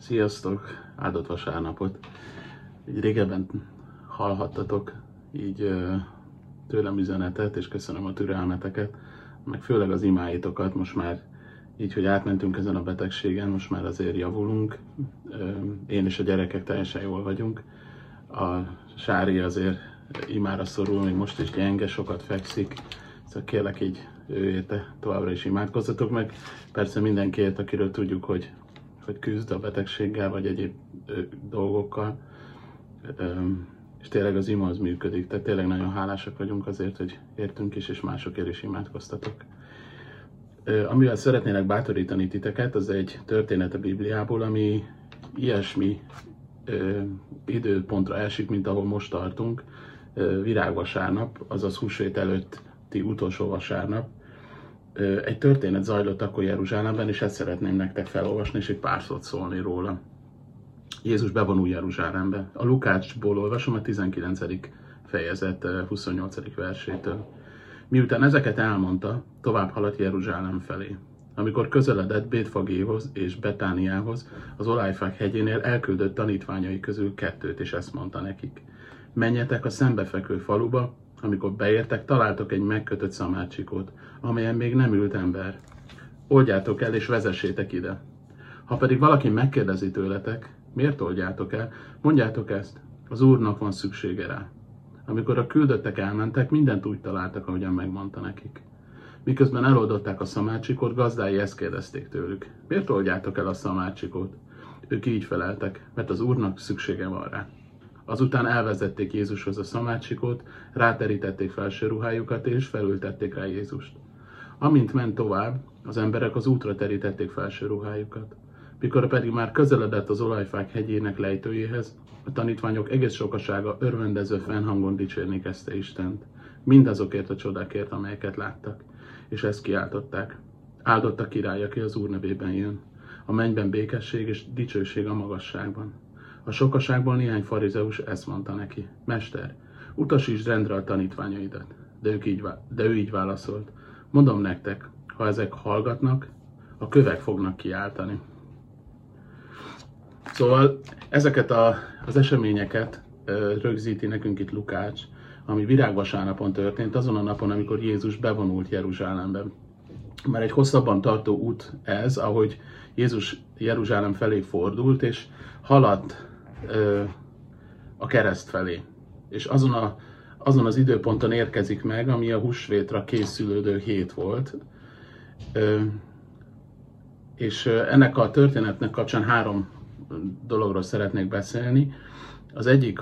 Sziasztok! Áldott vasárnapot! Így régebben hallhattatok így tőlem üzenetet, és köszönöm a türelmeteket, meg főleg az imáitokat. Most már így, hogy átmentünk ezen a betegségen, most már azért javulunk. Én és a gyerekek teljesen jól vagyunk. A Sári azért imára szorul, még most is gyenge, sokat fekszik. Szóval kérlek így ő érte továbbra is imádkozzatok meg. Persze mindenkiért, akiről tudjuk, hogy küzd a betegséggel, vagy egyéb dolgokkal. És tényleg az ima az működik, tehát tényleg nagyon hálásak vagyunk azért, hogy értünk is, és másokért is imádkoztatok. Amivel szeretnélek bátorítani titeket, az egy történet a Bibliából, ami ilyesmi időpontra esik, mint ahol most tartunk. Virágvasárnap, azaz húsvét előtti utolsó vasárnap. Egy történet zajlott akkor Jeruzsálemben, és ezt szeretném nektek felolvasni, és egy pár szót szólni róla. Jézus bevonul Jeruzsálembe. A Lukácsból olvasom a 19. fejezet 28. versétől. Miután ezeket elmondta, tovább haladt Jeruzsálem felé. Amikor közeledett Bétfagéhoz és Betániához, az Olajfák hegyénél elküldött tanítványai közül kettőt, és ezt mondta nekik. Menjetek a szembefekvő faluba, amikor beértek, találtok egy megkötött szamárcsikót, amelyen még nem ült ember. Oldjátok el és vezessétek ide. Ha pedig valaki megkérdezi tőletek, miért oldjátok el, mondjátok ezt, az Úrnak van szüksége rá. Amikor a küldöttek elmentek, mindent úgy találtak, ahogyan megmondta nekik. Miközben eloldották a szamárcsikót, gazdái ezt kérdezték tőlük. Miért oldjátok el a szamárcsikót? Ők így feleltek, mert az Úrnak szüksége van rá. Azután elvezették Jézushoz a szamárcsikót, ráterítették felső ruhájukat, és felültették rá Jézust. Amint ment tovább, az emberek az útra terítették felső ruhájukat. Mikor pedig már közeledett az Olajfák hegyének lejtőjéhez, a tanítványok egész sokasága örvendező fennhangon dicsérni kezdte Istent, mindazokért a csodákért, amelyeket láttak, és ezt kiáltották. Áldott a király, aki az Úr nevében jön. A mennyben békesség és dicsőség a magasságban. A sokaságból néhány farizeus ezt mondta neki. Mester, utasítsd rendre a tanítványaidat. De ő így válaszolt. Mondom nektek, ha ezek hallgatnak, a kövek fognak kiáltani. Szóval ezeket az eseményeket rögzíti nekünk itt Lukács, ami virágvasárnapon történt, azon a napon, amikor Jézus bevonult Jeruzsálembe. Már egy hosszabban tartó út ez, ahogy Jézus Jeruzsálem felé fordult, és haladt a kereszt felé. És azon az időponton érkezik meg, ami a húsvétra készülődő hét volt. És ennek a történetnek kapcsán 3 dologról szeretnék beszélni. Az egyik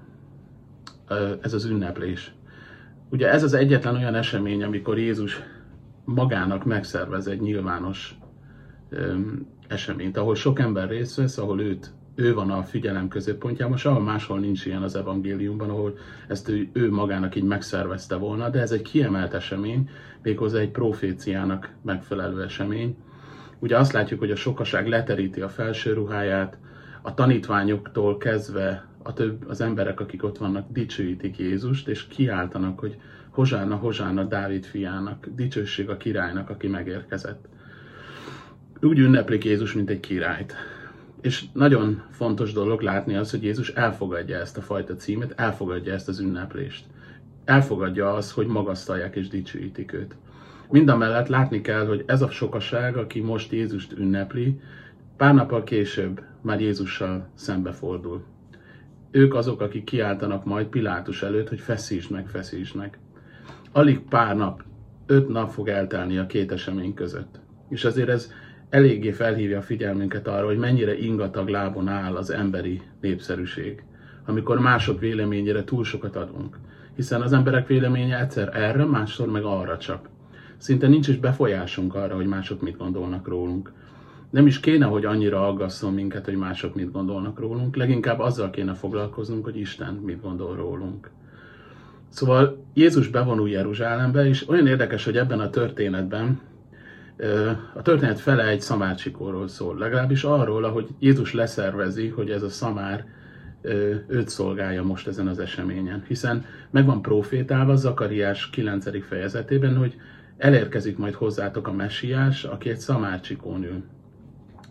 ez az ünneplés. Ugye ez az egyetlen olyan esemény, amikor Jézus magának megszervez egy nyilvános eseményt, ahol sok ember részt vesz, ahol ő van a figyelem középpontjában, ahol máshol nincs ilyen az evangéliumban, ahol ezt ő magának így megszervezte volna, de ez egy kiemelt esemény, méghozzá egy proféciának megfelelő esemény. Ugye azt látjuk, hogy a sokaság leteríti a felső ruháját, a tanítványoktól kezdve az emberek, akik ott vannak, dicsőítik Jézust, és kiáltanak, hogy Hozsánna, Hozsánna Dávid fiának, dicsőség a királynak, aki megérkezett. Úgy ünneplik Jézus, mint egy királyt. És nagyon fontos dolog látni az, hogy Jézus elfogadja ezt a fajta címet, elfogadja ezt az ünneplést. Elfogadja azt, hogy magasztalják és dicsőítik őt. Mindamellett látni kell, hogy ez a sokaság, aki most Jézust ünnepli, pár nappal később már Jézussal szembefordul. Ők azok, akik kiáltanak majd Pilátus előtt, hogy feszítsd meg, feszítsd meg. Alig pár nap, 5 nap fog eltelni a 2 esemény között. És azért ez eléggé felhívja a figyelmünket arra, hogy mennyire ingatag lábon áll az emberi népszerűség, amikor mások véleményére túl sokat adunk. Hiszen az emberek véleménye egyszer erre, másszor meg arra csap. Szinte nincs is befolyásunk arra, hogy mások mit gondolnak rólunk. Nem is kéne, hogy annyira aggasszon minket, hogy mások mit gondolnak rólunk, leginkább azzal kéne foglalkoznunk, hogy Isten mit gondol rólunk. Szóval Jézus bevonul Jeruzsálembe, és olyan érdekes, hogy ebben a történetben a történet fele egy szamárcsikóról szól, legalábbis arról, ahogy Jézus leszervezi, hogy ez a szamár őt szolgálja most ezen az eseményen. Hiszen meg van profétálva Zakariás 9. fejezetében, hogy elérkezik majd hozzátok a messiás, aki egy szamárcsikón ül.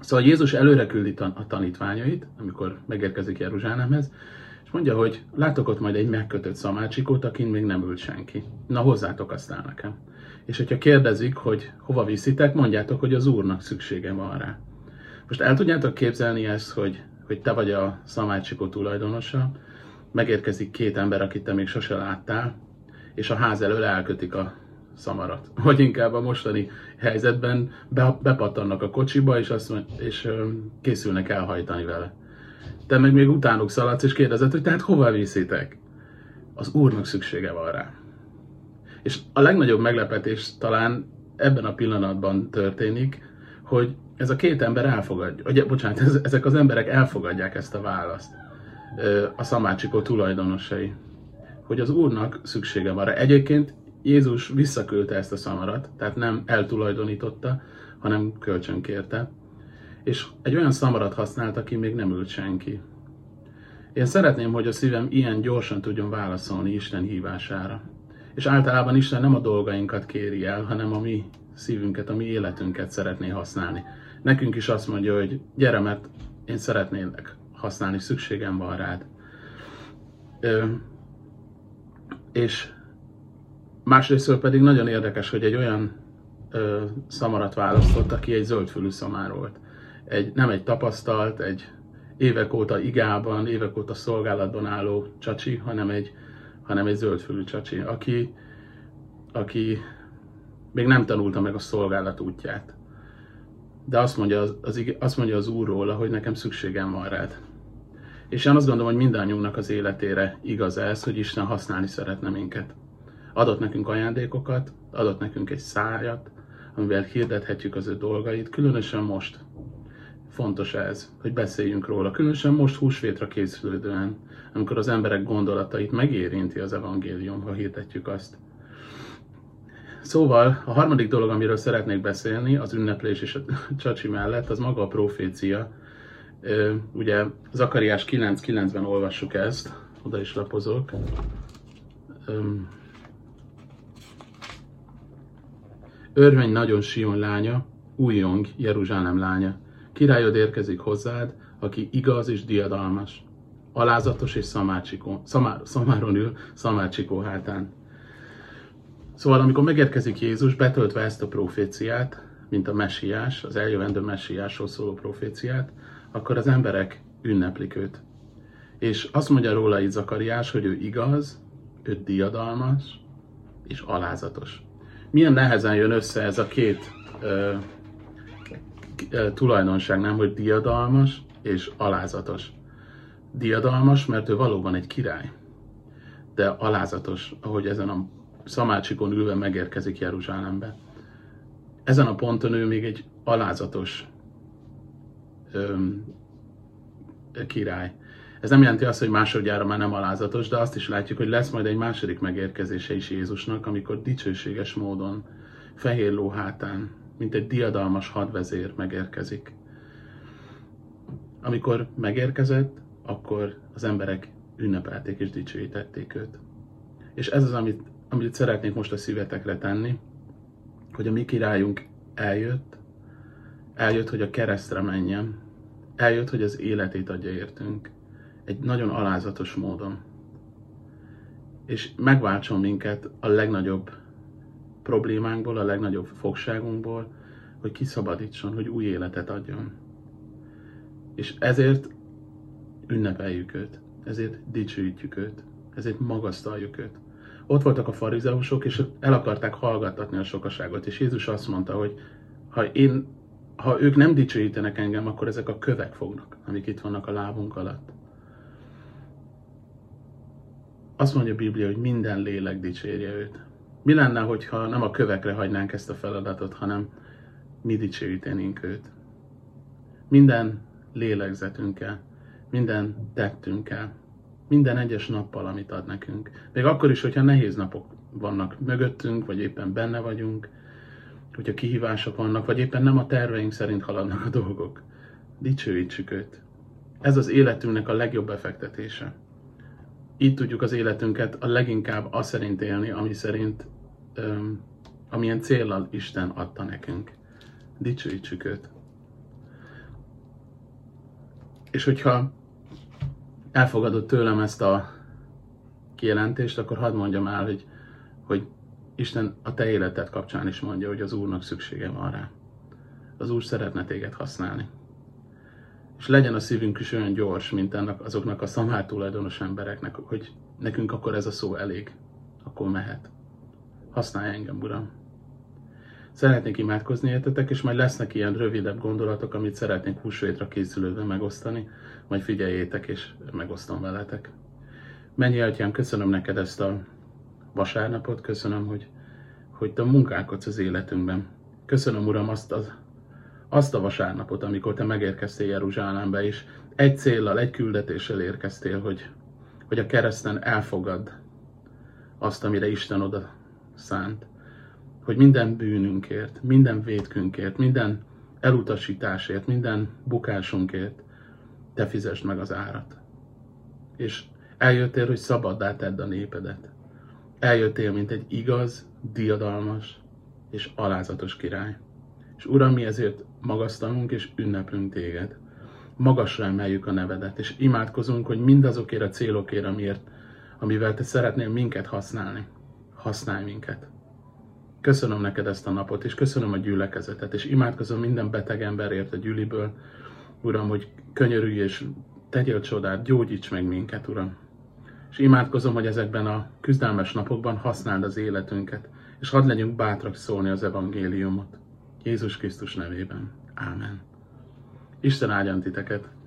Szóval Jézus előre küldi a tanítványait, amikor megérkezik Jeruzsálemhez, és mondja, hogy látok ott majd egy megkötött szamácsikót, akin még nem ült senki. Na, hozzátok aztán nekem. És hogyha kérdezik, hogy hova viszitek, mondjátok, hogy az Úrnak szüksége van rá. Most el tudjátok képzelni ezt, hogy te vagy a szamácsikó tulajdonosa, megérkezik két ember, akit te még sose láttál, és a ház elől elkötik a szamarat. Vagy inkább a mostani helyzetben bepattannak a kocsiba, és készülnek elhajtani vele. Te meg még utánuk szaladsz, és kérdezed, hogy tehát hova viszitek? Az Úrnak szüksége van rá. És a legnagyobb meglepetés talán ebben a pillanatban történik, hogy ez a két ember elfogadja, ezek az emberek elfogadják ezt a választ, a szamácsikó tulajdonosai, hogy az Úrnak szüksége van rá. Egyébként Jézus visszaküldte ezt a szamarat, tehát nem eltulajdonította, hanem kölcsönkérte, és egy olyan szamarat használt, aki még nem ült senki. Én szeretném, hogy a szívem ilyen gyorsan tudjon válaszolni Isten hívására. És általában Isten nem a dolgainkat kéri el, hanem a mi szívünket, a mi életünket szeretné használni. Nekünk is azt mondja, hogy gyere, mert én szeretnélek használni, szükségem van rád. És másrésztől pedig nagyon érdekes, hogy egy olyan szamarat választott, aki egy zöldfülű szamár volt. Nem egy tapasztalt, egy évek óta igában, évek óta szolgálatban álló csacsi, hanem egy zöldfülű csacsi, aki még nem tanulta meg a szolgálat útját. De azt mondja az Úr róla, hogy nekem szükségem van rád. És én azt gondolom, hogy mindannyiunknak az életére igaz ez, hogy Isten használni szeretne minket. Adott nekünk ajándékokat, adott nekünk egy szájat, amivel hirdethetjük az ő dolgait, különösen most. Fontos ez, hogy beszéljünk róla, különösen most húsvétra készülődően, amikor az emberek gondolatait megérinti az evangélium, ha hirdetjük azt. Szóval a harmadik dolog, amiről szeretnék beszélni, az ünneplés és a csacsi mellett, az maga a profécia. Ugye Zakariás 9:9-ben olvassuk ezt, oda is lapozok. Örvenj nagyon Sion lánya, újjong Jeruzsálem lánya. Királyod érkezik hozzád, aki igaz és diadalmas, alázatos és szamáron ül szamácsikó hátán. Szóval amikor megérkezik Jézus, betöltve ezt a proféciát, mint a messiás, az eljövendő messiásról szóló proféciát, akkor az emberek ünneplik őt. És azt mondja róla itt Zakariás, hogy ő igaz, ő diadalmas és alázatos. Milyen nehezen jön össze ez a két tulajdonság, nem, hogy diadalmas és alázatos. Diadalmas, mert ő valóban egy király, de alázatos, ahogy ezen a szamácsikon ülve megérkezik Jeruzsálembe. Ezen a ponton ő még egy alázatos király. Ez nem jelenti azt, hogy másodjára már nem alázatos, de azt is látjuk, hogy lesz majd egy második megérkezése is Jézusnak, amikor dicsőséges módon, fehér ló hátán, mint egy diadalmas hadvezér megérkezik. Amikor megérkezett, akkor az emberek ünnepelték és dicsőítették őt. És ez az, amit szeretnék most a szívetekre tenni, hogy a mi királyunk eljött, hogy a keresztre menjen, eljött, hogy az életét adja értünk, egy nagyon alázatos módon. És megváltson minket a legnagyobb problémánkból, a legnagyobb fogságunkból, hogy kiszabadítson, hogy új életet adjon. És ezért ünnepeljük őt, ezért dicsőítjük őt, ezért magasztaljuk őt. Ott voltak a farizeusok, és el akarták hallgattatni a sokaságot, és Jézus azt mondta, hogy ha ők nem dicsőítenek engem, akkor ezek a kövek fognak, amik itt vannak a lábunk alatt. Azt mondja a Biblia, hogy minden lélek dicsérje őt. Mi lenne, hogyha nem a kövekre hagynánk ezt a feladatot, hanem mi dicsőítenénk őt? Minden lélegzetünkkel, minden tettünkkel, minden egyes nappal, amit ad nekünk. Még akkor is, hogyha nehéz napok vannak mögöttünk, vagy éppen benne vagyunk, hogyha kihívások vannak, vagy éppen nem a terveink szerint haladnak a dolgok. Dicsőítsük őt. Ez az életünknek a legjobb befektetése. Így tudjuk az életünket a leginkább azt szerint élni, amilyen céllal Isten adta nekünk. Dicsőítsük őt. És hogyha elfogadod tőlem ezt a kijelentést, akkor hadd mondjam el, hogy Isten a te életed kapcsán is mondja, hogy az Úrnak szüksége van rá. Az Úr szeretne téged használni. És legyen a szívünk is olyan gyors, mint azoknak a szamár tulajdonos embereknek, hogy nekünk akkor ez a szó elég, akkor mehet. Használj engem, Uram. Szeretnék imádkozni értetek, és majd lesznek ilyen rövidebb gondolatok, amit szeretnék húsvétra készülődve megosztani, majd figyeljétek, és megosztom veletek. Mennyi Atyám, köszönöm neked ezt a vasárnapot, köszönöm, hogy te munkálkodsz az életünkben. Köszönöm, Uram, azt a vasárnapot, amikor te megérkeztél Jeruzsálembe, és egy céllal, egy küldetéssel érkeztél, hogy a kereszten elfogadd azt, amire Isten oda szánt. Hogy minden bűnünkért, minden vétkünkért, minden elutasításért, minden bukásunkért te fizesd meg az árat. És eljöttél, hogy szabaddá tedd a népedet. Eljöttél, mint egy igaz, diadalmas és alázatos király. És Uram, mi ezért magasztalunk és ünneplünk téged. Magasra emeljük a nevedet, és imádkozunk, hogy mindazokért a célokért, amivel te szeretnél minket használni. Használj minket. Köszönöm neked ezt a napot, és köszönöm a gyülekezetet, és imádkozom minden beteg emberért a gyüliből, Uram, hogy könyörülj és tegyél csodát, gyógyíts meg minket, Uram. És imádkozom, hogy ezekben a küzdelmes napokban használd az életünket, és hadd legyünk bátrak szólni az evangéliumot. Jézus Krisztus nevében. Ámen. Isten áldjon titeket!